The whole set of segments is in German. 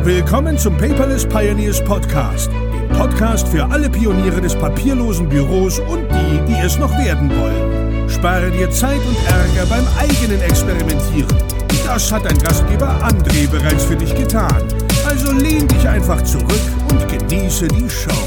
Willkommen zum Paperless Pioneers Podcast, dem Podcast für alle Pioniere des papierlosen Büros und die es noch werden wollen. Spare dir Zeit und Ärger beim eigenen Experimentieren. Das hat dein Gastgeber André bereits für dich getan. Also lehn dich einfach zurück und genieße die Show.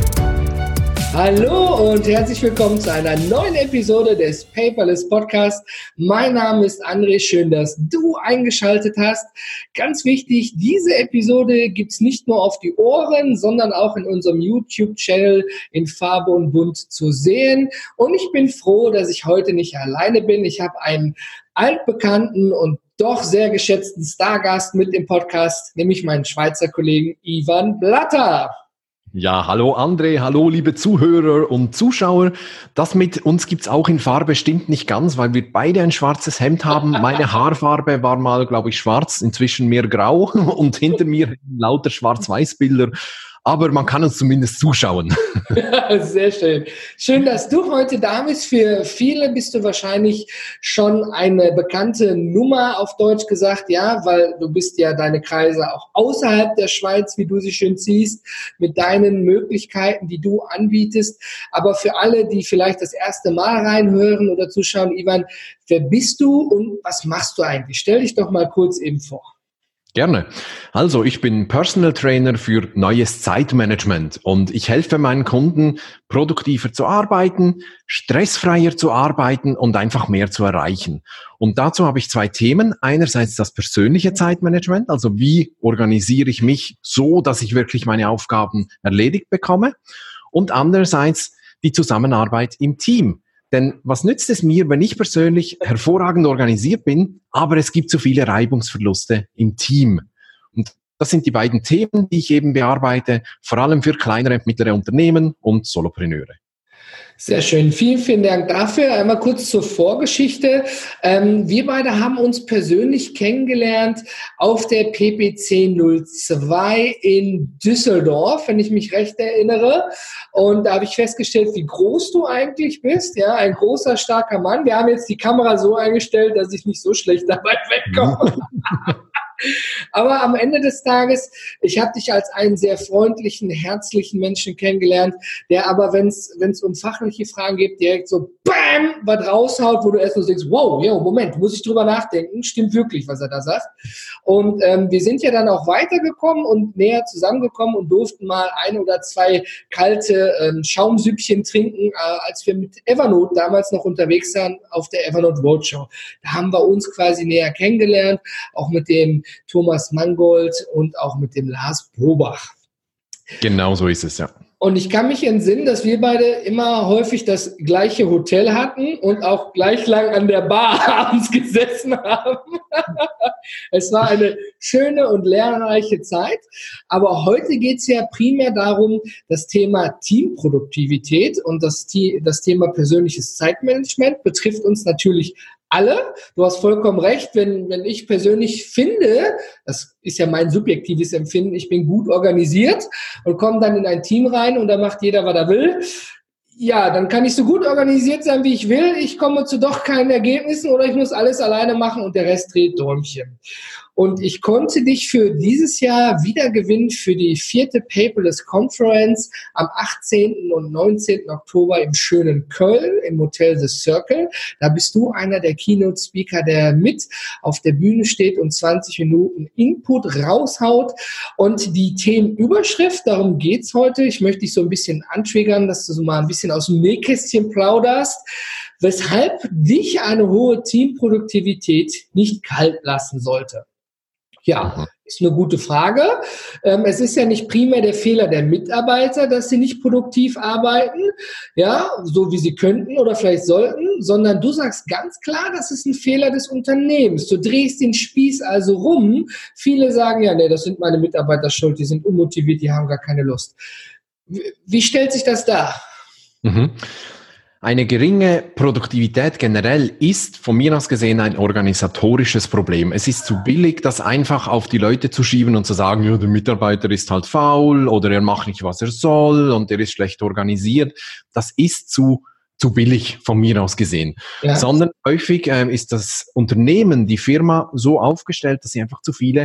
Hallo und herzlich willkommen zu einer neuen Episode des Paperless Podcast. Mein Name ist André, schön, dass du eingeschaltet hast. Ganz wichtig, diese Episode gibt's nicht nur auf die Ohren, sondern auch in unserem YouTube-Channel in Farbe und Bunt zu sehen. Und ich bin froh, dass ich heute nicht alleine bin. Ich habe einen altbekannten und doch sehr geschätzten Stargast mit im Podcast, nämlich meinen Schweizer Kollegen Ivan Blatter. Ja, hallo André, hallo liebe Zuhörer und Zuschauer. Das mit uns gibt's auch in Farbe, stimmt nicht ganz, weil wir beide ein schwarzes Hemd haben. Meine Haarfarbe war mal, glaube ich, schwarz, inzwischen mehr grau und hinter mir lauter Schwarz-Weiß-Bilder. Aber man kann uns zumindest zuschauen. Ja, sehr schön. Schön, dass du heute da bist. Für viele bist du wahrscheinlich schon eine bekannte Nummer, auf Deutsch gesagt, ja, weil du bist ja deine Kreise auch außerhalb der Schweiz, wie du sie schön ziehst, mit deinen Möglichkeiten, die du anbietest. Aber für alle, die vielleicht das erste Mal reinhören oder zuschauen, Ivan, wer bist du und was machst du eigentlich? Stell dich doch mal kurz eben vor. Gerne. Also ich bin Personal Trainer für neues Zeitmanagement und ich helfe meinen Kunden, produktiver zu arbeiten, stressfreier zu arbeiten und einfach mehr zu erreichen. Und dazu habe ich zwei Themen. Einerseits das persönliche Zeitmanagement, also wie organisiere ich mich so, dass ich wirklich meine Aufgaben erledigt bekomme. Und andererseits die Zusammenarbeit im Team. Denn was nützt es mir, wenn ich persönlich hervorragend organisiert bin, aber es gibt so viele Reibungsverluste im Team? Und das sind die beiden Themen, die ich eben bearbeite, vor allem für kleinere, mittlere Unternehmen und Solopreneure. Sehr schön. Vielen, vielen Dank dafür. Einmal kurz zur Vorgeschichte. Wir beide haben uns persönlich kennengelernt auf der PPC 02 in Düsseldorf, wenn ich mich recht erinnere. Und da habe ich festgestellt, wie groß du eigentlich bist. Ja, ein großer, starker Mann. Wir haben jetzt die Kamera so eingestellt, dass ich nicht so schlecht dabei wegkomme. Aber am Ende des Tages, ich habe dich als einen sehr freundlichen, herzlichen Menschen kennengelernt, der aber, wenn es um fachliche Fragen geht, direkt so BAM was raushaut, wo du erst so denkst, wow, ja, Moment, muss ich drüber nachdenken, stimmt wirklich, was er da sagt. Und wir sind ja dann auch weitergekommen und näher zusammengekommen und durften mal ein oder zwei kalte Schaumsüppchen trinken, als wir mit Evernote damals noch unterwegs waren auf der Evernote Roadshow. Da haben wir uns quasi näher kennengelernt, auch mit dem Thomas Mangold und auch mit dem Lars Probach. Genau so ist es, ja. Und ich kann mich entsinnen, dass wir beide immer häufig das gleiche Hotel hatten und auch gleich lang an der Bar abends gesessen haben. Es war eine schöne und lehrreiche Zeit. Aber heute geht es ja primär darum, das Thema Teamproduktivität und das Thema persönliches Zeitmanagement betrifft uns natürlich alle. Du hast vollkommen recht, wenn ich persönlich finde, das ist ja mein subjektives Empfinden, ich bin gut organisiert und komme dann in ein Team rein und da macht jeder, was er will. Ja, dann kann ich so gut organisiert sein, wie ich will. Ich komme zu doch keinen Ergebnissen oder ich muss alles alleine machen und der Rest dreht Däumchen. Und ich konnte dich für dieses Jahr wiedergewinnen für die 4. Paperless Conference am 18. und 19. Oktober im schönen Köln im Hotel The Circle. Da bist du einer der Keynote-Speaker, der mit auf der Bühne steht und 20 Minuten Input raushaut. Und die Themenüberschrift, darum geht's heute. Ich möchte dich so ein bisschen antriggern, dass du so mal ein bisschen aus dem Nähkästchen plauderst, weshalb dich eine hohe Teamproduktivität nicht kalt lassen sollte. Ja, ist eine gute Frage. Es ist ja nicht primär der Fehler der Mitarbeiter, dass sie nicht produktiv arbeiten, ja, so wie sie könnten oder vielleicht sollten, sondern du sagst ganz klar, das ist ein Fehler des Unternehmens. Du drehst den Spieß also rum. Viele sagen, ja, nee, das sind meine Mitarbeiter schuld, die sind unmotiviert, die haben gar keine Lust. Wie stellt sich das dar? Eine geringe Produktivität generell ist von mir aus gesehen ein organisatorisches Problem. Es ist zu billig, das einfach auf die Leute zu schieben und zu sagen, ja, der Mitarbeiter ist halt faul oder er macht nicht, was er soll und er ist schlecht organisiert. Das ist zu billig von mir aus gesehen. Ja. Sondern häufig ist das Unternehmen, die Firma so aufgestellt, dass sie einfach zu viele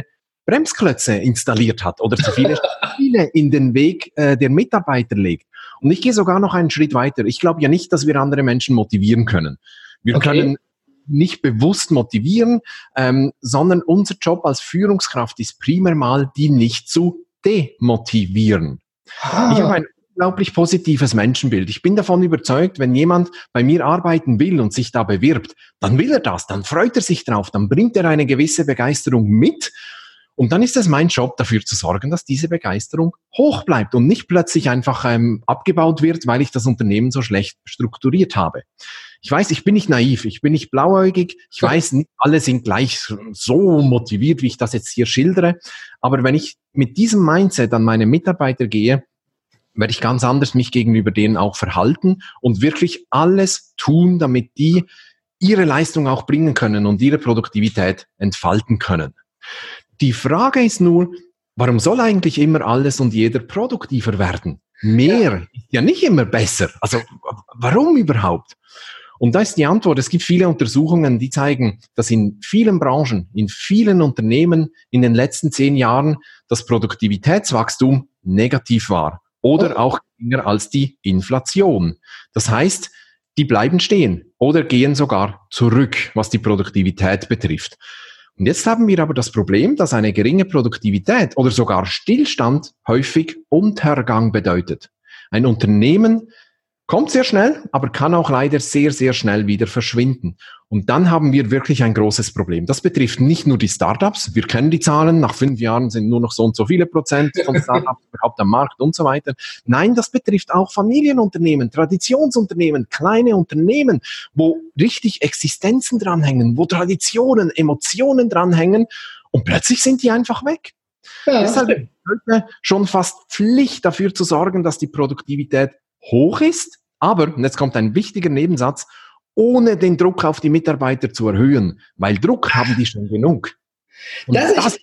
Bremsklötze installiert hat oder zu viele Steine in den Weg der Mitarbeiter legt. Und ich gehe sogar noch einen Schritt weiter. Ich glaube ja nicht, dass wir andere Menschen motivieren können. Wir können nicht bewusst motivieren, sondern unser Job als Führungskraft ist primär mal, die nicht zu demotivieren. Ich habe ein unglaublich positives Menschenbild. Ich bin davon überzeugt, wenn jemand bei mir arbeiten will und sich da bewirbt, dann will er das, dann freut er sich drauf, dann bringt er eine gewisse Begeisterung mit. Und dann ist es mein Job, dafür zu sorgen, dass diese Begeisterung hoch bleibt und nicht plötzlich einfach abgebaut wird, weil ich das Unternehmen so schlecht strukturiert habe. Ich weiß, ich bin nicht naiv, ich bin nicht blauäugig, ich weiß, nicht alle sind gleich so motiviert, wie ich das jetzt hier schildere. Aber wenn ich mit diesem Mindset an meine Mitarbeiter gehe, werde ich ganz anders mich gegenüber denen auch verhalten und wirklich alles tun, damit die ihre Leistung auch bringen können und ihre Produktivität entfalten können. Die Frage ist nur, warum soll eigentlich immer alles und jeder produktiver werden? Mehr ist ja nicht immer besser. Also warum überhaupt? Und da ist die Antwort, es gibt viele Untersuchungen, die zeigen, dass in vielen Branchen, in vielen Unternehmen in den letzten 10 Jahren das Produktivitätswachstum negativ war oder auch geringer als die Inflation. Das heißt, die bleiben stehen oder gehen sogar zurück, was die Produktivität betrifft. Und jetzt haben wir aber das Problem, dass eine geringe Produktivität oder sogar Stillstand häufig Untergang bedeutet. Ein Unternehmen kommt sehr schnell, aber kann auch leider sehr, sehr schnell wieder verschwinden. Und dann haben wir wirklich ein großes Problem. Das betrifft nicht nur die Startups. Wir kennen die Zahlen. Nach 5 Jahren sind nur noch so und so viele Prozent von Startups überhaupt am Markt und so weiter. Nein, das betrifft auch Familienunternehmen, Traditionsunternehmen, kleine Unternehmen, wo richtig Existenzen dranhängen, wo Traditionen, Emotionen dranhängen und plötzlich sind die einfach weg. Ja, deshalb ist es schon fast Pflicht, dafür zu sorgen, dass die Produktivität hoch ist, aber, und jetzt kommt ein wichtiger Nebensatz, ohne den Druck auf die Mitarbeiter zu erhöhen, weil Druck haben die schon genug. Und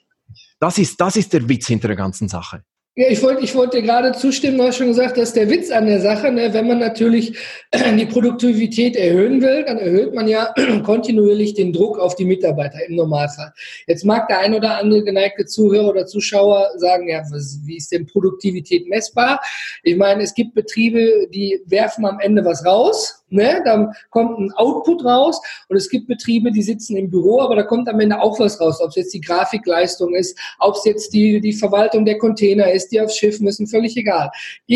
das ist der Witz hinter der ganzen Sache. Ja, ich wollte gerade zustimmen, du hast schon gesagt, das ist der Witz an der Sache, ne? Wenn man natürlich die Produktivität erhöhen will, dann erhöht man ja kontinuierlich den Druck auf die Mitarbeiter im Normalfall. Jetzt mag der ein oder andere geneigte Zuhörer oder Zuschauer sagen, ja, wie ist denn Produktivität messbar? Ich meine, es gibt Betriebe, die werfen am Ende was raus, ne? Dann kommt ein Output raus und es gibt Betriebe, die sitzen im Büro, aber da kommt am Ende auch was raus, ob es jetzt die Grafikleistung ist, ob es jetzt die Verwaltung der Container ist, die aufs Schiff müssen, völlig egal.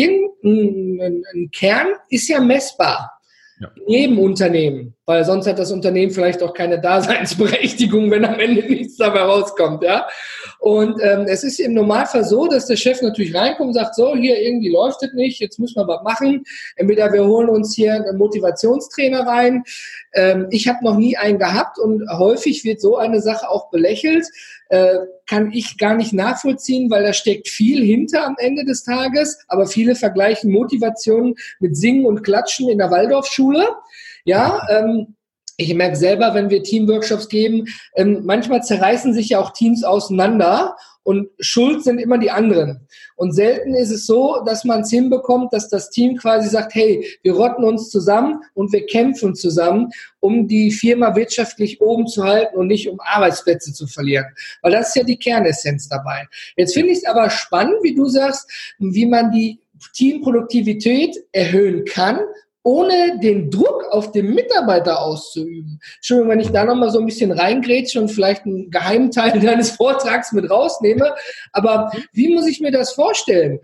Irgendein Kern ist ja messbar. Ja. In jedem Unternehmen, weil sonst hat das Unternehmen vielleicht auch keine Daseinsberechtigung, wenn am Ende nichts dabei rauskommt, ja. Und es ist im Normalfall so, dass der Chef natürlich reinkommt und sagt, so, hier irgendwie läuft es nicht, jetzt müssen wir was machen. Entweder wir holen uns hier einen Motivationstrainer rein. Ich habe noch nie einen gehabt und häufig wird so eine Sache auch belächelt. Kann ich gar nicht nachvollziehen, weil da steckt viel hinter am Ende des Tages, aber viele vergleichen Motivation mit Singen und Klatschen in der Waldorfschule. Ja, ich merke selber, wenn wir Teamworkshops geben, manchmal zerreißen sich ja auch Teams auseinander und schuld sind immer die anderen. Und selten ist es so, dass man es hinbekommt, dass das Team quasi sagt, hey, wir rotten uns zusammen und wir kämpfen zusammen, um die Firma wirtschaftlich oben zu halten und nicht um Arbeitsplätze zu verlieren. Weil das ist ja die Kernessenz dabei. Jetzt finde ich es aber spannend, wie du sagst, wie man die Teamproduktivität erhöhen kann, ohne den Druck auf den Mitarbeiter auszuüben. Entschuldigung, wenn ich da nochmal so ein bisschen reingrätsche und vielleicht einen geheimen Teil deines Vortrags mit rausnehme, aber wie muss ich mir das vorstellen?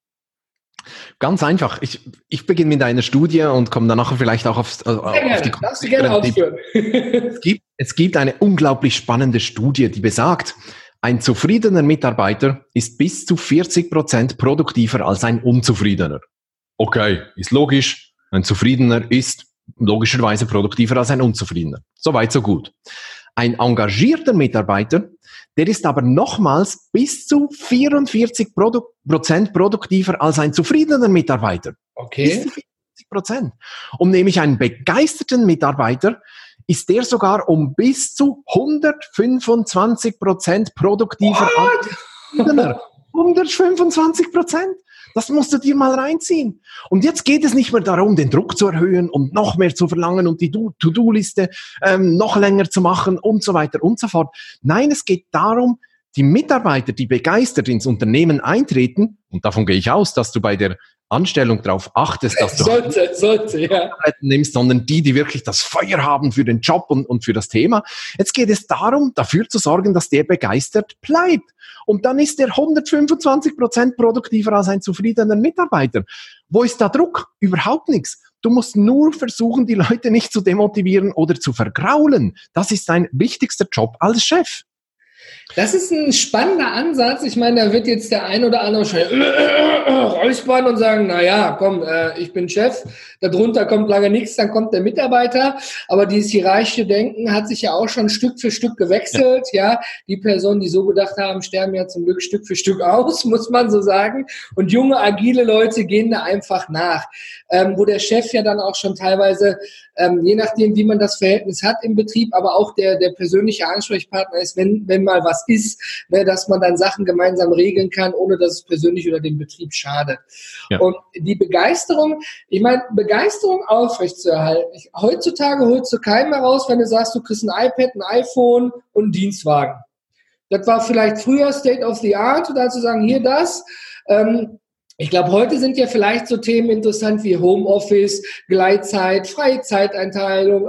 Ganz einfach. Ich beginne mit einer Studie und komme dann nachher vielleicht auch auf die darfst du gerne ausführen. Es gibt eine unglaublich spannende Studie, die besagt, ein zufriedener Mitarbeiter ist bis zu 40% produktiver als ein unzufriedener. Okay, ist logisch. Ein Zufriedener ist logischerweise produktiver als ein Unzufriedener. Soweit, so gut. Ein engagierter Mitarbeiter, der ist aber nochmals bis zu 44% produktiver als ein zufriedener Mitarbeiter. Okay. Bis zu 40%. Und nämlich einen begeisterten Mitarbeiter ist der sogar um bis zu 125% produktiver als ein Unzufriedener. 125%. Das musst du dir mal reinziehen. Und jetzt geht es nicht mehr darum, den Druck zu erhöhen und noch mehr zu verlangen und die To-Do-Liste noch länger zu machen und so weiter und so fort. Nein, es geht darum, die Mitarbeiter, die begeistert ins Unternehmen eintreten, und davon gehe ich aus, dass du bei der Anstellung darauf achtest, dass du sollte, ja. nimmst, sondern die wirklich das Feuer haben für den Job und für das Thema. Jetzt geht es darum, dafür zu sorgen, dass der begeistert bleibt. Und dann ist der 125% produktiver als ein zufriedener Mitarbeiter. Wo ist da Druck? Überhaupt nichts. Du musst nur versuchen, die Leute nicht zu demotivieren oder zu vergraulen. Das ist dein wichtigster Job als Chef. Das ist ein spannender Ansatz. Ich meine, da wird jetzt der ein oder andere räuspern und sagen, naja, komm, ich bin Chef, darunter kommt lange nichts, dann kommt der Mitarbeiter. Aber dieses hierarchische Denken hat sich ja auch schon Stück für Stück gewechselt. Ja, die Personen, die so gedacht haben, sterben ja zum Glück Stück für Stück aus, muss man so sagen. Und junge, agile Leute gehen da einfach nach. Wo der Chef ja dann auch schon teilweise, je nachdem, wie man das Verhältnis hat im Betrieb, aber auch der persönliche Ansprechpartner ist, wenn mal was ist, ne, dass man dann Sachen gemeinsam regeln kann, ohne dass es persönlich oder dem Betrieb schadet. Ja. Und die Begeisterung, ich meine, Begeisterung aufrechtzuerhalten. Heutzutage holst du keinen mehr raus, wenn du sagst, du kriegst ein iPad, ein iPhone und einen Dienstwagen. Das war vielleicht früher State of the Art, da zu sagen, hier das. Ich glaube, heute sind ja vielleicht so Themen interessant wie Homeoffice, Gleitzeit, freie Zeiteinteilung,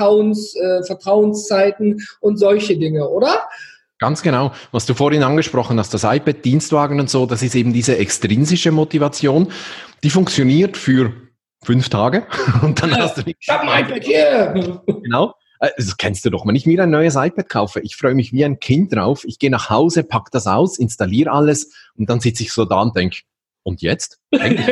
Vertrauenszeiten und solche Dinge, oder? Ganz genau. Was du vorhin angesprochen hast, das iPad, Dienstwagen und so, das ist eben diese extrinsische Motivation. Die funktioniert für 5 Tage und dann hast du nichts. Ich hab ein iPad hier! Genau. Das kennst du doch. Wenn ich mir ein neues iPad kaufe, ich freue mich wie ein Kind drauf. Ich gehe nach Hause, pack das aus, installiere alles und dann sitze ich so da und denke, und jetzt? Eigentlich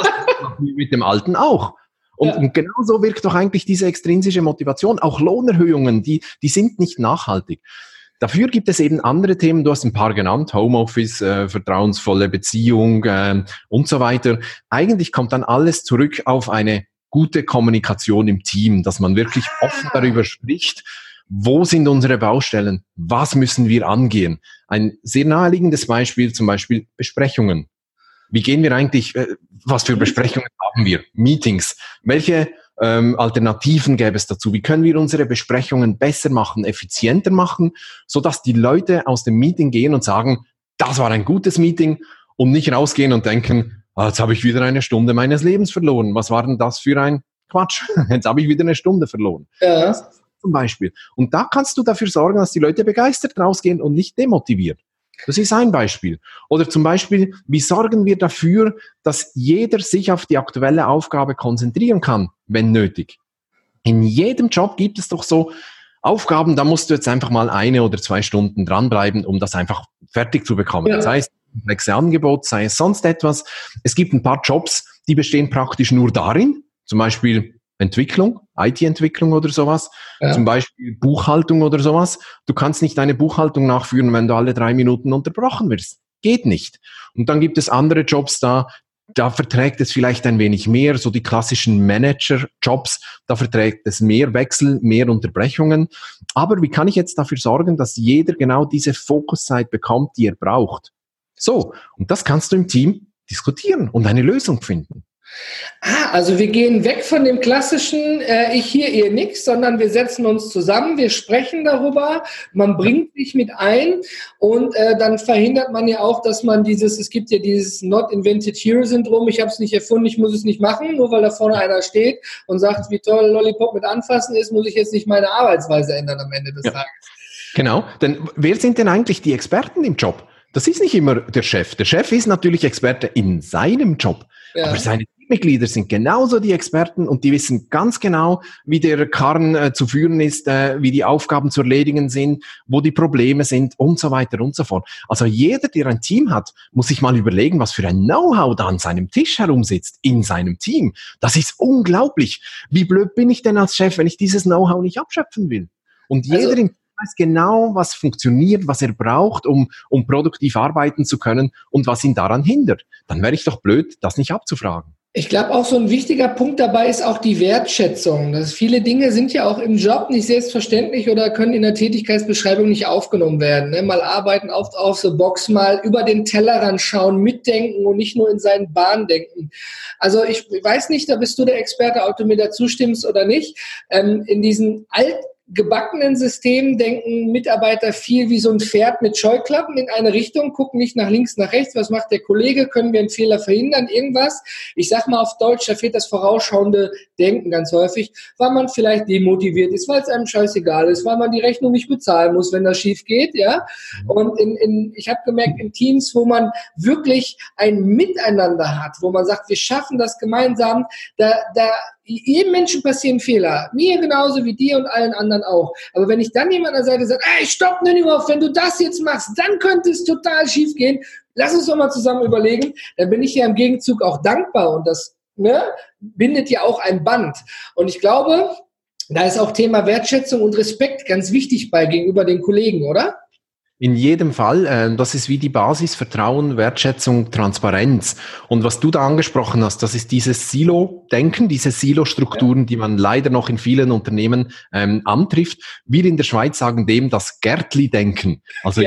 mit dem Alten auch. Und genau so wirkt doch eigentlich diese extrinsische Motivation. Auch Lohnerhöhungen, die sind nicht nachhaltig. Dafür gibt es eben andere Themen, du hast ein paar genannt, Homeoffice, vertrauensvolle Beziehung und so weiter. Eigentlich kommt dann alles zurück auf eine gute Kommunikation im Team, dass man wirklich offen darüber spricht, wo sind unsere Baustellen, was müssen wir angehen. Ein sehr naheliegendes Beispiel, zum Beispiel Besprechungen. Wie gehen wir eigentlich, was für Besprechungen haben wir? Meetings. Welche Alternativen gäbe es dazu? Wie können wir unsere Besprechungen besser machen, effizienter machen, sodass die Leute aus dem Meeting gehen und sagen, das war ein gutes Meeting und nicht rausgehen und denken, jetzt habe ich wieder eine Stunde meines Lebens verloren. Was war denn das für ein Quatsch? Jetzt habe ich wieder eine Stunde verloren. Ja. Zum Beispiel. Und da kannst du dafür sorgen, dass die Leute begeistert rausgehen und nicht demotiviert. Das ist ein Beispiel. Oder zum Beispiel, wie sorgen wir dafür, dass jeder sich auf die aktuelle Aufgabe konzentrieren kann, wenn nötig? In jedem Job gibt es doch so Aufgaben, da musst du jetzt einfach mal 1 oder 2 Stunden dranbleiben, um das einfach fertig zu bekommen. Ja. Sei es komplexe Angebot, sei es sonst etwas. Es gibt ein paar Jobs, die bestehen praktisch nur darin, zum Beispiel Entwicklung, IT-Entwicklung oder sowas, zum Beispiel Buchhaltung oder sowas. Du kannst nicht deine Buchhaltung nachführen, wenn du alle 3 Minuten unterbrochen wirst. Geht nicht. Und dann gibt es andere Jobs da verträgt es vielleicht ein wenig mehr, so die klassischen Manager-Jobs, da verträgt es mehr Wechsel, mehr Unterbrechungen. Aber wie kann ich jetzt dafür sorgen, dass jeder genau diese Fokuszeit bekommt, die er braucht? So, und das kannst du im Team diskutieren und eine Lösung finden. Also wir gehen weg von dem klassischen ich hier, ihr nix, sondern wir setzen uns zusammen, wir sprechen darüber, man bringt sich mit ein und dann verhindert man ja auch, dass man es gibt ja dieses Not Invented Hero Syndrom, ich habe es nicht erfunden, ich muss es nicht machen, nur weil da vorne einer steht und sagt, wie toll Lollipop mit anfassen ist, muss ich jetzt nicht meine Arbeitsweise ändern am Ende des Tages. Genau, denn wer sind denn eigentlich die Experten im Job? Das ist nicht immer der Chef. Der Chef ist natürlich Experte in seinem Job, aber seine Mitglieder sind genauso die Experten und die wissen ganz genau, wie der Karren zu führen ist, wie die Aufgaben zu erledigen sind, wo die Probleme sind und so weiter und so fort. Also jeder, der ein Team hat, muss sich mal überlegen, was für ein Know-how da an seinem Tisch herumsitzt, in seinem Team. Das ist unglaublich. Wie blöd bin ich denn als Chef, wenn ich dieses Know-how nicht abschöpfen will? Und jeder im weiß genau, was funktioniert, was er braucht, um produktiv arbeiten zu können und was ihn daran hindert. Dann wäre ich doch blöd, das nicht abzufragen. Ich glaube, auch so ein wichtiger Punkt dabei ist auch die Wertschätzung. Viele Dinge sind ja auch im Job nicht selbstverständlich oder können in der Tätigkeitsbeschreibung nicht aufgenommen werden. Ne? Mal arbeiten auf the box, mal über den Tellerrand schauen, mitdenken und nicht nur in seinen Bahnen denken. Also ich weiß nicht, da bist du der Experte, ob du mir da zustimmst oder nicht. In diesen gebackenen Systemen denken Mitarbeiter viel wie so ein Pferd mit Scheuklappen in eine Richtung, gucken nicht nach links, nach rechts, was macht der Kollege, können wir einen Fehler verhindern, irgendwas. Ich sag mal auf Deutsch, da fehlt das vorausschauende Denken ganz häufig, weil man vielleicht demotiviert ist, weil es einem scheißegal ist, weil man die Rechnung nicht bezahlen muss, wenn das schief geht, ja. Und ich habe gemerkt, in Teams, wo man wirklich ein Miteinander hat, wo man sagt, wir schaffen das gemeinsam, jedem Menschen passieren Fehler. Mir genauso wie dir und allen anderen auch. Aber wenn ich dann jemand an der Seite sage, ey, stopp, Nüninghoff, wenn du das jetzt machst, dann könnte es total schief gehen. Lass uns doch mal zusammen überlegen. Dann bin ich ja im Gegenzug auch dankbar. Und das bindet ja auch ein Band. Und ich glaube, da ist auch Thema Wertschätzung und Respekt ganz wichtig bei gegenüber den Kollegen, oder? In jedem Fall, das ist wie die Basis, Vertrauen, Wertschätzung, Transparenz. Und was du da angesprochen hast, das ist dieses Silo-Denken, diese Silo-Strukturen, die man leider noch in vielen Unternehmen antrifft. Wir in der Schweiz sagen dem das Gärtli-Denken. Also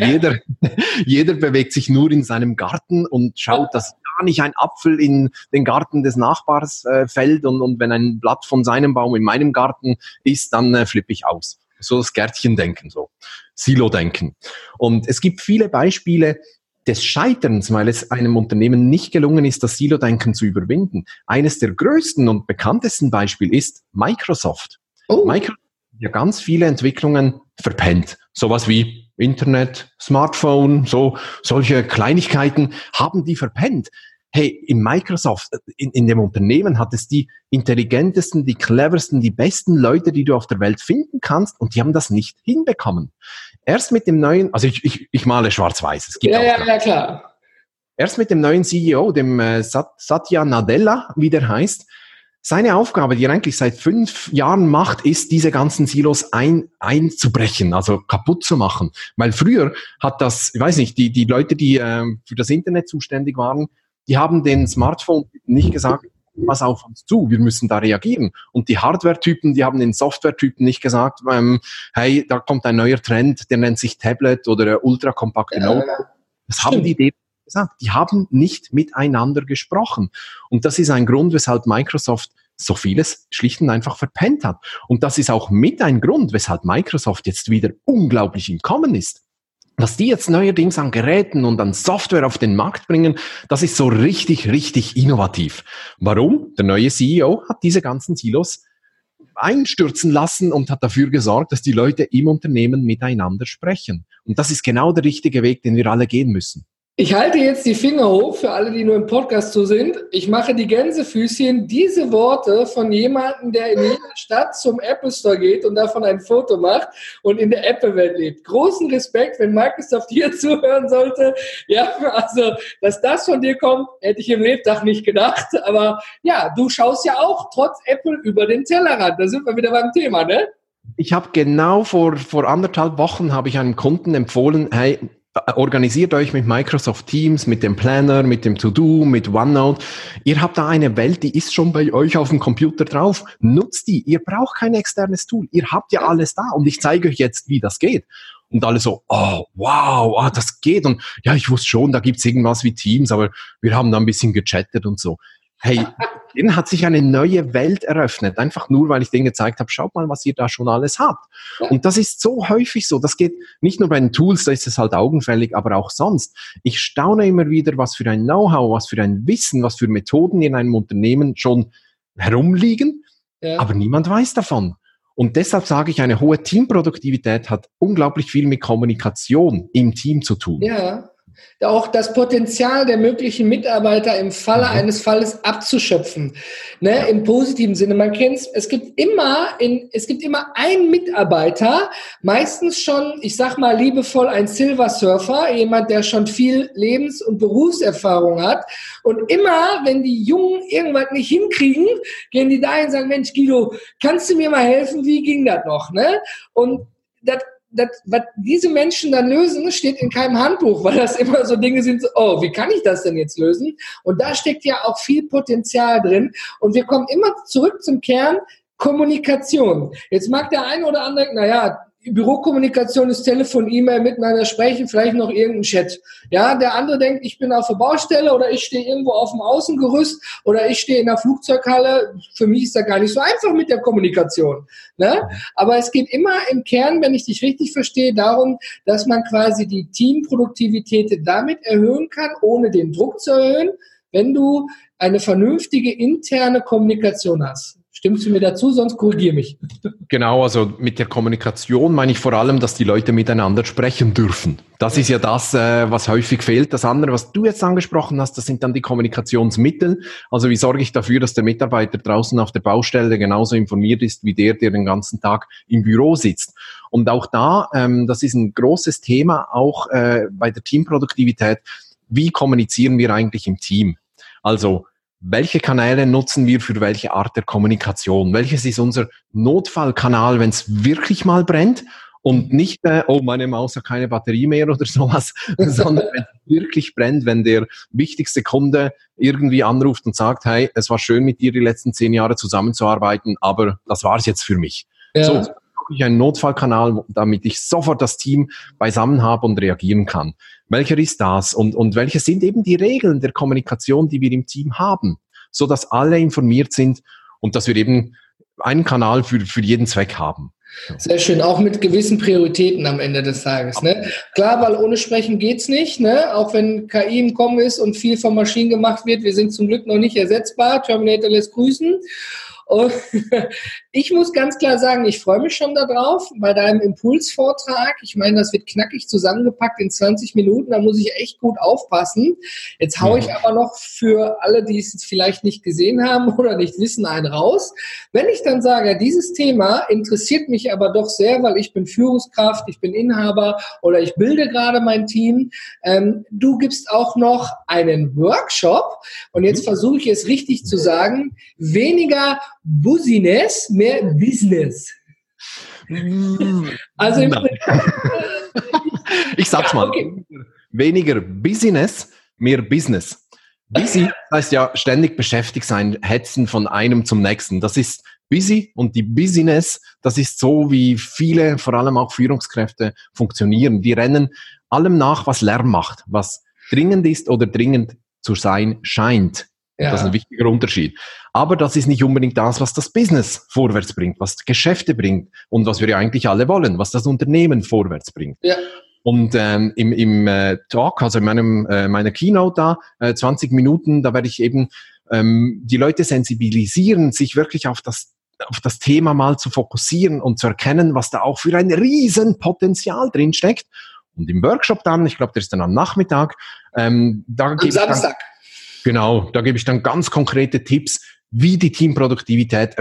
jeder bewegt sich nur in seinem Garten und schaut, dass gar nicht ein Apfel in den Garten des Nachbars fällt und wenn ein Blatt von seinem Baum in meinem Garten ist, dann flippe ich aus. So das Gärtchendenken, so Silo-Denken. Und es gibt viele Beispiele des Scheiterns, weil es einem Unternehmen nicht gelungen ist, das Silo-Denken zu überwinden. Eines der größten und bekanntesten Beispiele ist Microsoft. Microsoft hat ja ganz viele Entwicklungen verpennt. Sowas wie Internet, Smartphone, solche Kleinigkeiten haben die verpennt. Hey, in Microsoft, in dem Unternehmen hat es die intelligentesten, die cleversten, die besten Leute, die du auf der Welt finden kannst, und die haben das nicht hinbekommen. Erst mit dem neuen, also ich male schwarz-weiß. Es gibt ja, klar. Erst mit dem neuen CEO, dem Satya Nadella, wie der heißt, seine Aufgabe, die er eigentlich seit 5 Jahren macht, ist, diese ganzen Silos einzubrechen, also kaputt zu machen. Weil früher hat das, ich weiß nicht, die Leute, die für das Internet zuständig waren, die haben den Smartphone nicht gesagt, pass auf uns zu, wir müssen da reagieren. Und die Hardware-Typen, die haben den Software-Typen nicht gesagt, hey, da kommt ein neuer Trend, der nennt sich Tablet oder ultrakompakte Notebook. Das haben die gesagt. Die haben nicht miteinander gesprochen. Und das ist ein Grund, weshalb Microsoft so vieles schlicht und einfach verpennt hat. Und das ist auch mit ein Grund, weshalb Microsoft jetzt wieder unglaublich im Kommen ist. Was die jetzt neuerdings an Geräten und an Software auf den Markt bringen, das ist so richtig, richtig innovativ. Warum? Der neue CEO hat diese ganzen Silos einstürzen lassen und hat dafür gesorgt, dass die Leute im Unternehmen miteinander sprechen. Und das ist genau der richtige Weg, den wir alle gehen müssen. Ich halte jetzt die Finger hoch für alle, die nur im Podcast so sind. Ich mache die Gänsefüßchen. Diese Worte von jemandem, der in jeder Stadt zum Apple Store geht und davon ein Foto macht und in der Apple-Welt lebt. Großen Respekt, wenn Microsoft hier zuhören sollte. Ja, also, dass das von dir kommt, hätte ich im Lebtag nicht gedacht. Aber ja, du schaust ja auch trotz Apple über den Tellerrand. Da sind wir wieder beim Thema, ne? Ich habe genau vor 1,5 Wochen habe ich einem Kunden empfohlen, hey, organisiert euch mit Microsoft Teams, mit dem Planner, mit dem To-Do, mit OneNote. Ihr habt da eine Welt, die ist schon bei euch auf dem Computer drauf. Nutzt die. Ihr braucht kein externes Tool. Ihr habt ja alles da und ich zeige euch jetzt, wie das geht. Und alle so, oh, wow, das geht. Und ja, ich wusste schon, da gibt's irgendwas wie Teams, aber wir haben da ein bisschen gechattet und so. Hey, denen hat sich eine neue Welt eröffnet, einfach nur, weil ich denen gezeigt habe, schaut mal, was ihr da schon alles habt. Und das ist so häufig so, das geht nicht nur bei den Tools, da ist es halt augenfällig, aber auch sonst. Ich staune immer wieder, was für ein Know-how, was für ein Wissen, was für Methoden in einem Unternehmen schon herumliegen, aber niemand weiß davon. Und deshalb sage ich, eine hohe Teamproduktivität hat unglaublich viel mit Kommunikation im Team zu tun. Ja. Auch das Potenzial der möglichen Mitarbeiter im Falle eines Falles abzuschöpfen. Ne, im positiven Sinne. Man kennt's, es gibt immer einen Mitarbeiter, meistens schon, ich sag mal liebevoll, ein Silver Surfer, jemand, der schon viel Lebens- und Berufserfahrung hat. Und immer, wenn die Jungen irgendwas nicht hinkriegen, gehen die dahin und sagen, Mensch, Guido, kannst du mir mal helfen? Wie ging das noch? Ne? Und was diese Menschen dann lösen, steht in keinem Handbuch, weil das immer so Dinge sind, so, oh, wie kann ich das denn jetzt lösen? Und da steckt ja auch viel Potenzial drin. Und wir kommen immer zurück zum Kern Kommunikation. Jetzt mag der eine oder andere, naja, Bürokommunikation ist Telefon, E-Mail, miteinander sprechen, vielleicht noch irgendein Chat. Ja, der andere denkt, ich bin auf der Baustelle oder ich stehe irgendwo auf dem Außengerüst oder ich stehe in der Flugzeughalle. Für mich ist das gar nicht so einfach mit der Kommunikation. Ne? Aber es geht immer im Kern, wenn ich dich richtig verstehe, darum, dass man quasi die Teamproduktivität damit erhöhen kann, ohne den Druck zu erhöhen, wenn du eine vernünftige interne Kommunikation hast. Stimmst du mir dazu? Sonst korrigier mich. Genau, also mit der Kommunikation meine ich vor allem, dass die Leute miteinander sprechen dürfen. Das ist ja das, was häufig fehlt. Das andere, was du jetzt angesprochen hast, das sind dann die Kommunikationsmittel. Also wie sorge ich dafür, dass der Mitarbeiter draußen auf der Baustelle genauso informiert ist, wie der den ganzen Tag im Büro sitzt. Und auch da, das ist ein großes Thema, auch bei der Teamproduktivität. Wie kommunizieren wir eigentlich im Team? Also, welche Kanäle nutzen wir für welche Art der Kommunikation? Welches ist unser Notfallkanal, wenn es wirklich mal brennt? Und nicht, oh, meine Maus hat keine Batterie mehr oder sowas, sondern wenn es wirklich brennt, wenn der wichtigste Kunde irgendwie anruft und sagt, hey, es war schön mit dir die letzten 10 Jahre zusammenzuarbeiten, aber das war's jetzt für mich. Ja. So habe ich einen Notfallkanal, damit ich sofort das Team beisammen habe und reagieren kann. Welcher ist das? Und welche sind eben die Regeln der Kommunikation, die wir im Team haben, so dass alle informiert sind und dass wir eben einen Kanal für jeden Zweck haben. Sehr schön, auch mit gewissen Prioritäten am Ende des Tages. Ne? Klar, weil ohne Sprechen geht's nicht, ne? Auch wenn KI im Kommen ist und viel von Maschinen gemacht wird. Wir sind zum Glück noch nicht ersetzbar. Terminator lässt grüßen. Und ich muss ganz klar sagen, ich freue mich schon darauf bei deinem Impulsvortrag. Ich meine, das wird knackig zusammengepackt in 20 Minuten, da muss ich echt gut aufpassen. Jetzt haue ich aber noch für alle, die es vielleicht nicht gesehen haben oder nicht wissen, einen raus. Wenn ich dann sage, dieses Thema interessiert mich aber doch sehr, weil ich bin Führungskraft, ich bin Inhaber oder ich bilde gerade mein Team. Du gibst auch noch einen Workshop und jetzt versuche ich es richtig zu sagen, weniger Bussiness, mehr Business. Also ich sag's mal. Okay. Weniger Business, mehr Business. Busy heißt ja ständig beschäftigt sein, hetzen von einem zum nächsten. Das ist busy und die Business, das ist so, wie viele, vor allem auch Führungskräfte, funktionieren. Die rennen allem nach, was Lärm macht, was dringend ist oder dringend zu sein scheint. Ja. Das ist ein wichtiger Unterschied. Aber das ist nicht unbedingt das, was das Business vorwärts bringt, was Geschäfte bringt und was wir ja eigentlich alle wollen, was das Unternehmen vorwärts bringt. Ja. Und im Talk, also in meiner Keynote da, 20 Minuten, da werde ich eben die Leute sensibilisieren, sich wirklich auf das Thema mal zu fokussieren und zu erkennen, was da auch für ein Riesenpotenzial drin steckt. Und im Workshop dann, ich glaube, der ist dann am Nachmittag, am Samstag. Genau, da gebe ich dann ganz konkrete Tipps, wie die Teamproduktivität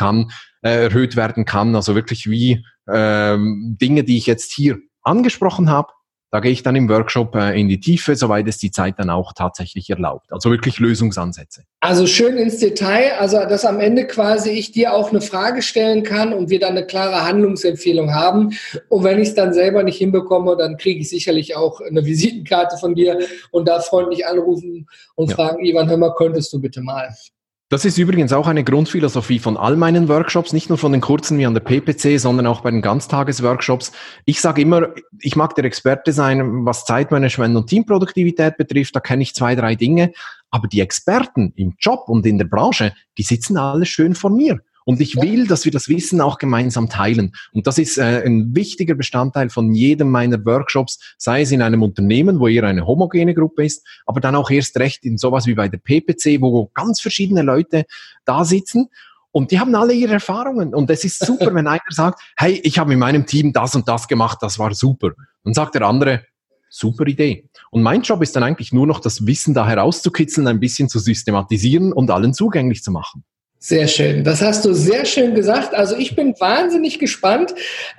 erhöht werden kann. Also wirklich wie Dinge, die ich jetzt hier angesprochen habe, da gehe ich dann im Workshop in die Tiefe, soweit es die Zeit dann auch tatsächlich erlaubt. Also wirklich Lösungsansätze. Also schön ins Detail, also dass am Ende quasi ich dir auch eine Frage stellen kann und wir dann eine klare Handlungsempfehlung haben. Und wenn ich es dann selber nicht hinbekomme, dann kriege ich sicherlich auch eine Visitenkarte von dir und da freundlich anrufen und fragen, Ivan, hör mal, könntest du bitte mal. Das ist übrigens auch eine Grundphilosophie von all meinen Workshops, nicht nur von den kurzen wie an der PPC, sondern auch bei den Ganztagesworkshops. Ich sage immer, ich mag der Experte sein, was Zeitmanagement und Teamproduktivität betrifft. Da kenne ich 2, 3 Dinge. Aber die Experten im Job und in der Branche, die sitzen alle schön vor mir. Und ich will, dass wir das Wissen auch gemeinsam teilen. Und das ist ein wichtiger Bestandteil von jedem meiner Workshops, sei es in einem Unternehmen, wo eher eine homogene Gruppe ist, aber dann auch erst recht in sowas wie bei der PPC, wo ganz verschiedene Leute da sitzen. Und die haben alle ihre Erfahrungen. Und es ist super, wenn einer sagt, hey, ich habe in meinem Team das und das gemacht, das war super. Dann sagt der andere, super Idee. Und mein Job ist dann eigentlich nur noch, das Wissen da herauszukitzeln, ein bisschen zu systematisieren und allen zugänglich zu machen. Sehr schön. Das hast du sehr schön gesagt. Also ich bin wahnsinnig gespannt.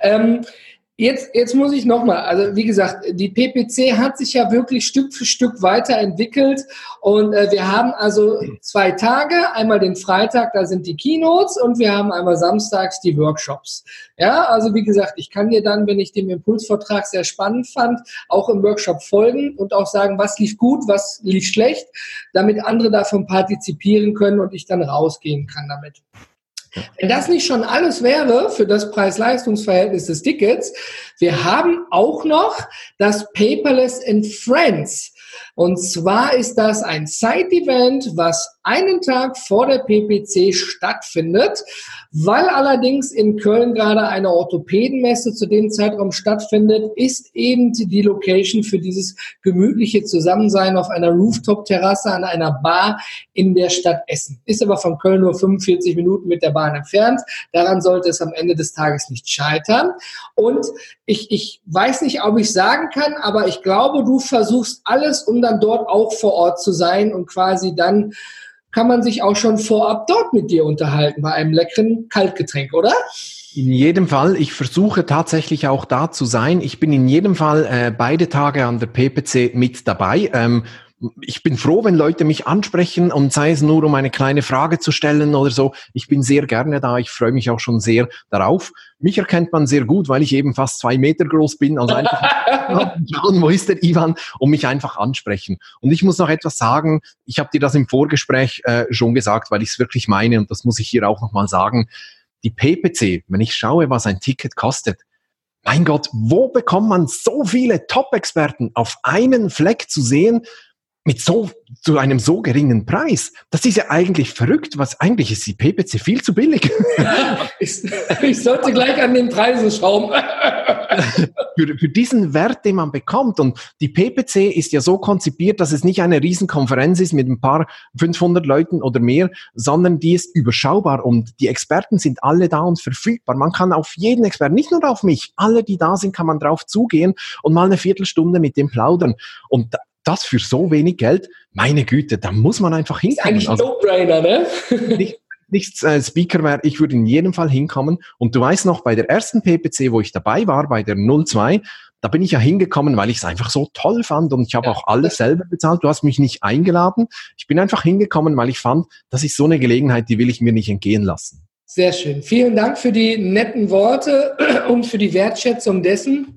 Jetzt muss ich nochmal, also wie gesagt, die PPC hat sich ja wirklich Stück für Stück weiterentwickelt und wir haben also 2 Tage, einmal den Freitag, da sind die Keynotes und wir haben einmal samstags die Workshops. Ja, also wie gesagt, ich kann dir dann, wenn ich den Impulsvortrag sehr spannend fand, auch im Workshop folgen und auch sagen, was lief gut, was lief schlecht, damit andere davon partizipieren können und ich dann rausgehen kann damit. Wenn das nicht schon alles wäre für das Preis-Leistungs-Verhältnis des Tickets, wir haben auch noch das Paperless in Friends. Und zwar ist das ein Side-Event, was einen Tag vor der PPC stattfindet, weil allerdings in Köln gerade eine Orthopädenmesse zu dem Zeitraum stattfindet, ist eben die Location für dieses gemütliche Zusammensein auf einer Rooftop-Terrasse an einer Bar in der Stadt Essen. Ist aber von Köln nur 45 Minuten mit der Bahn entfernt. Daran sollte es am Ende des Tages nicht scheitern. Und ich weiß nicht, ob ich sagen kann, aber ich glaube, du versuchst alles, um dann dort auch vor Ort zu sein und quasi dann kann man sich auch schon vorab dort mit dir unterhalten bei einem leckeren Kaltgetränk, oder? In jedem Fall, ich versuche tatsächlich auch da zu sein. Ich bin in jedem Fall beide Tage an der PPC mit dabei. Ich bin froh, wenn Leute mich ansprechen und sei es nur, um eine kleine Frage zu stellen oder so. Ich bin sehr gerne da. Ich freue mich auch schon sehr darauf. Mich erkennt man sehr gut, weil ich eben fast 2 Meter groß bin. Also einfach schauen, wo ist der Ivan, und mich einfach ansprechen. Und ich muss noch etwas sagen. Ich habe dir das im Vorgespräch schon gesagt, weil ich es wirklich meine, und das muss ich hier auch nochmal sagen. Die PPC, wenn ich schaue, was ein Ticket kostet, mein Gott, wo bekommt man so viele Top-Experten auf einen Fleck zu sehen, zu einem so geringen Preis? Das ist ja eigentlich verrückt. Eigentlich ist die PPC viel zu billig. Ich sollte gleich an den Preisen schrauben. Für diesen Wert, den man bekommt. Und die PPC ist ja so konzipiert, dass es nicht eine Riesenkonferenz ist mit ein paar 500 Leuten oder mehr, sondern die ist überschaubar und die Experten sind alle da und verfügbar. Man kann auf jeden Experten, nicht nur auf mich, alle, die da sind, kann man drauf zugehen und mal eine Viertelstunde mit dem plaudern. Und das für so wenig Geld, meine Güte, da muss man einfach hinkommen. Das ist eigentlich ein No-Brainer, ne? Nicht Speaker wäre, ich würde in jedem Fall hinkommen. Und du weißt noch, bei der ersten PPC, wo ich dabei war, bei der 02, da bin ich ja hingekommen, weil ich es einfach so toll fand und ich habe auch alles selber bezahlt. Du hast mich nicht eingeladen. Ich bin einfach hingekommen, weil ich fand, das ist so eine Gelegenheit, die will ich mir nicht entgehen lassen. Sehr schön. Vielen Dank für die netten Worte und für die Wertschätzung dessen.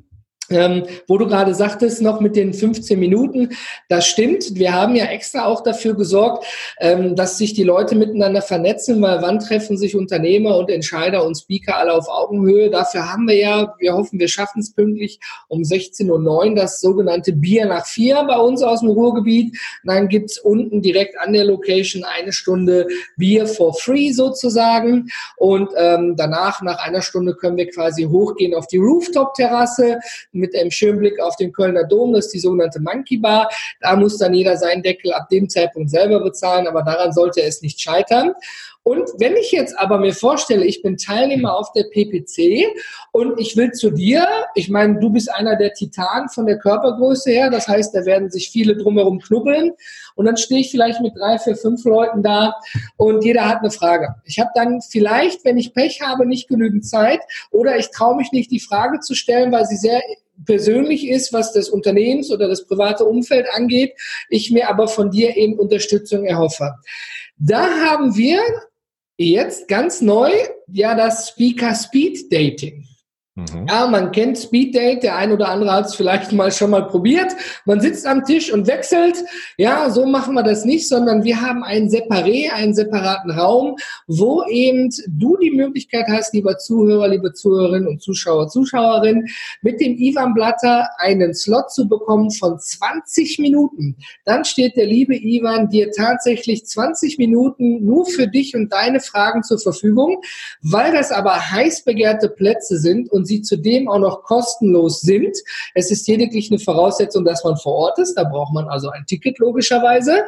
Wo du gerade sagtest, noch mit den 15 Minuten, das stimmt. Wir haben ja extra auch dafür gesorgt, dass sich die Leute miteinander vernetzen, weil wann treffen sich Unternehmer und Entscheider und Speaker alle auf Augenhöhe? Dafür haben wir hoffen, wir schaffen es pünktlich um 16:09 Uhr, das sogenannte Bier nach 4 bei uns aus dem Ruhrgebiet. Und dann gibt's unten direkt an der Location 1 Stunde Bier for free sozusagen. Und danach, nach 1 Stunde, können wir quasi hochgehen auf die Rooftop-Terrasse mit einem schönen Blick auf den Kölner Dom, das ist die sogenannte Monkey Bar. Da muss dann jeder seinen Deckel ab dem Zeitpunkt selber bezahlen, aber daran sollte es nicht scheitern. Und wenn ich jetzt aber mir vorstelle, ich bin Teilnehmer auf der PPC und ich will zu dir, ich meine, du bist einer der Titanen von der Körpergröße her, das heißt, da werden sich viele drumherum knubbeln und dann stehe ich vielleicht mit 3, 4, 5 Leuten da und jeder hat eine Frage. Ich habe dann vielleicht, wenn ich Pech habe, nicht genügend Zeit oder ich traue mich nicht, die Frage zu stellen, weil sie sehr persönlich ist, was das Unternehmens- oder das private Umfeld angeht, ich mir aber von dir eben Unterstützung erhoffe. Da haben wir jetzt ganz neu ja das Speaker Speed Dating. Ja, man kennt Speed Date, der ein oder andere hat es vielleicht schon mal probiert. Man sitzt am Tisch und wechselt. Ja, so machen wir das nicht, sondern wir haben einen separaten Raum, wo eben du die Möglichkeit hast, lieber Zuhörer, liebe Zuhörerinnen und Zuschauer, Zuschauerinnen, mit dem Ivan Blatter einen Slot zu bekommen von 20 Minuten. Dann steht der liebe Ivan dir tatsächlich 20 Minuten nur für dich und deine Fragen zur Verfügung. Weil das aber heiß begehrte Plätze sind und sie zudem auch noch kostenlos sind. Es ist lediglich eine Voraussetzung, dass man vor Ort ist. Da braucht man also ein Ticket logischerweise.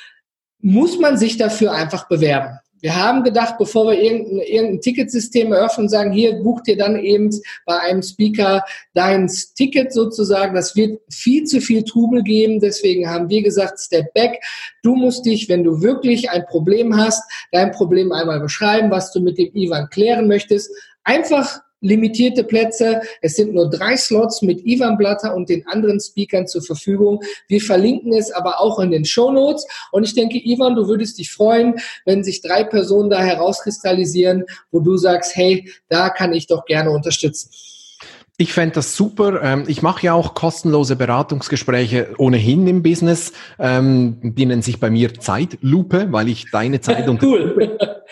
Muss man sich dafür einfach bewerben. Wir haben gedacht, bevor wir irgendein Ticketsystem eröffnen und sagen, hier bucht ihr dann eben bei einem Speaker dein Ticket sozusagen. Das wird viel zu viel Trubel geben. Deswegen haben wir gesagt, Step Back. Du musst dich, wenn du wirklich ein Problem hast, dein Problem einmal beschreiben, was du mit dem Ivan klären möchtest. Einfach limitierte Plätze. Es sind nur 3 Slots mit Ivan Blatter und den anderen Speakern zur Verfügung. Wir verlinken es aber auch in den Shownotes. Und ich denke, Ivan, du würdest dich freuen, wenn sich 3 Personen da herauskristallisieren, wo du sagst, hey, da kann ich doch gerne unterstützen. Ich fände das super. Ich mache ja auch kostenlose Beratungsgespräche ohnehin im Business. Die nennen sich bei mir Zeitlupe, weil ich deine Zeit und cool.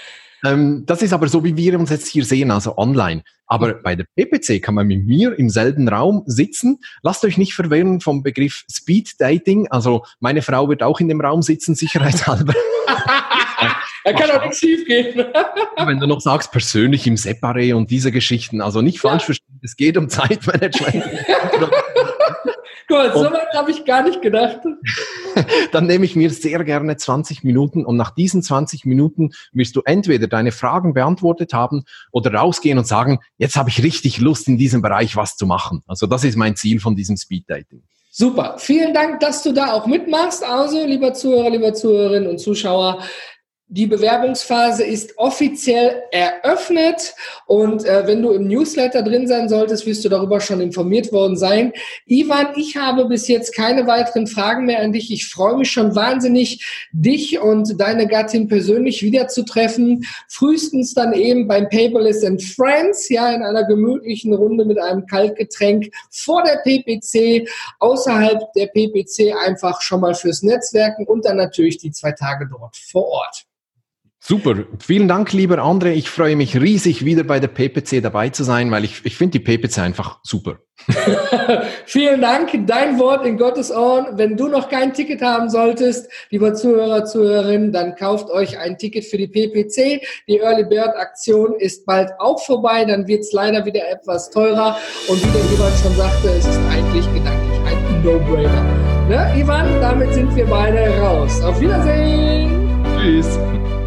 Das ist aber so, wie wir uns jetzt hier sehen, also online. Aber bei der PPC kann man mit mir im selben Raum sitzen. Lasst euch nicht verwirren vom Begriff Speed Dating. Also meine Frau wird auch in dem Raum sitzen, sicherheitshalber. Da kann doch nichts schief gehen. Wenn du noch sagst, persönlich im Separé und diese Geschichten, also nicht falsch verstehen, es geht um Zeitmanagement. Gut, so weit habe ich gar nicht gedacht. Dann nehme ich mir sehr gerne 20 Minuten und nach diesen 20 Minuten wirst du entweder deine Fragen beantwortet haben oder rausgehen und sagen, jetzt habe ich richtig Lust, in diesem Bereich was zu machen. Also das ist mein Ziel von diesem Speed Dating. Super. Vielen Dank, dass du da auch mitmachst. Also, lieber Zuhörer, lieber Zuhörerinnen und Zuschauer, die Bewerbungsphase ist offiziell eröffnet und wenn du im Newsletter drin sein solltest, wirst du darüber schon informiert worden sein. Ivan, ich habe bis jetzt keine weiteren Fragen mehr an dich. Ich freue mich schon wahnsinnig, dich und deine Gattin persönlich wiederzutreffen. Frühestens dann eben beim Paperless and Friends, ja, in einer gemütlichen Runde mit einem Kaltgetränk vor der PPC, außerhalb der PPC einfach schon mal fürs Netzwerken und dann natürlich die 2 Tage dort vor Ort. Super. Vielen Dank, lieber André. Ich freue mich riesig, wieder bei der PPC dabei zu sein, weil ich finde die PPC einfach super. Vielen Dank. Dein Wort in Gottes Ohren. Wenn du noch kein Ticket haben solltest, lieber Zuhörer, Zuhörerin, dann kauft euch ein Ticket für die PPC. Die Early Bird Aktion ist bald auch vorbei. Dann wird es leider wieder etwas teurer. Und wie der Ivan schon sagte, es ist eigentlich gedanklich ein No-Brainer. Ne, Ivan? Damit sind wir beide raus. Auf Wiedersehen. Tschüss.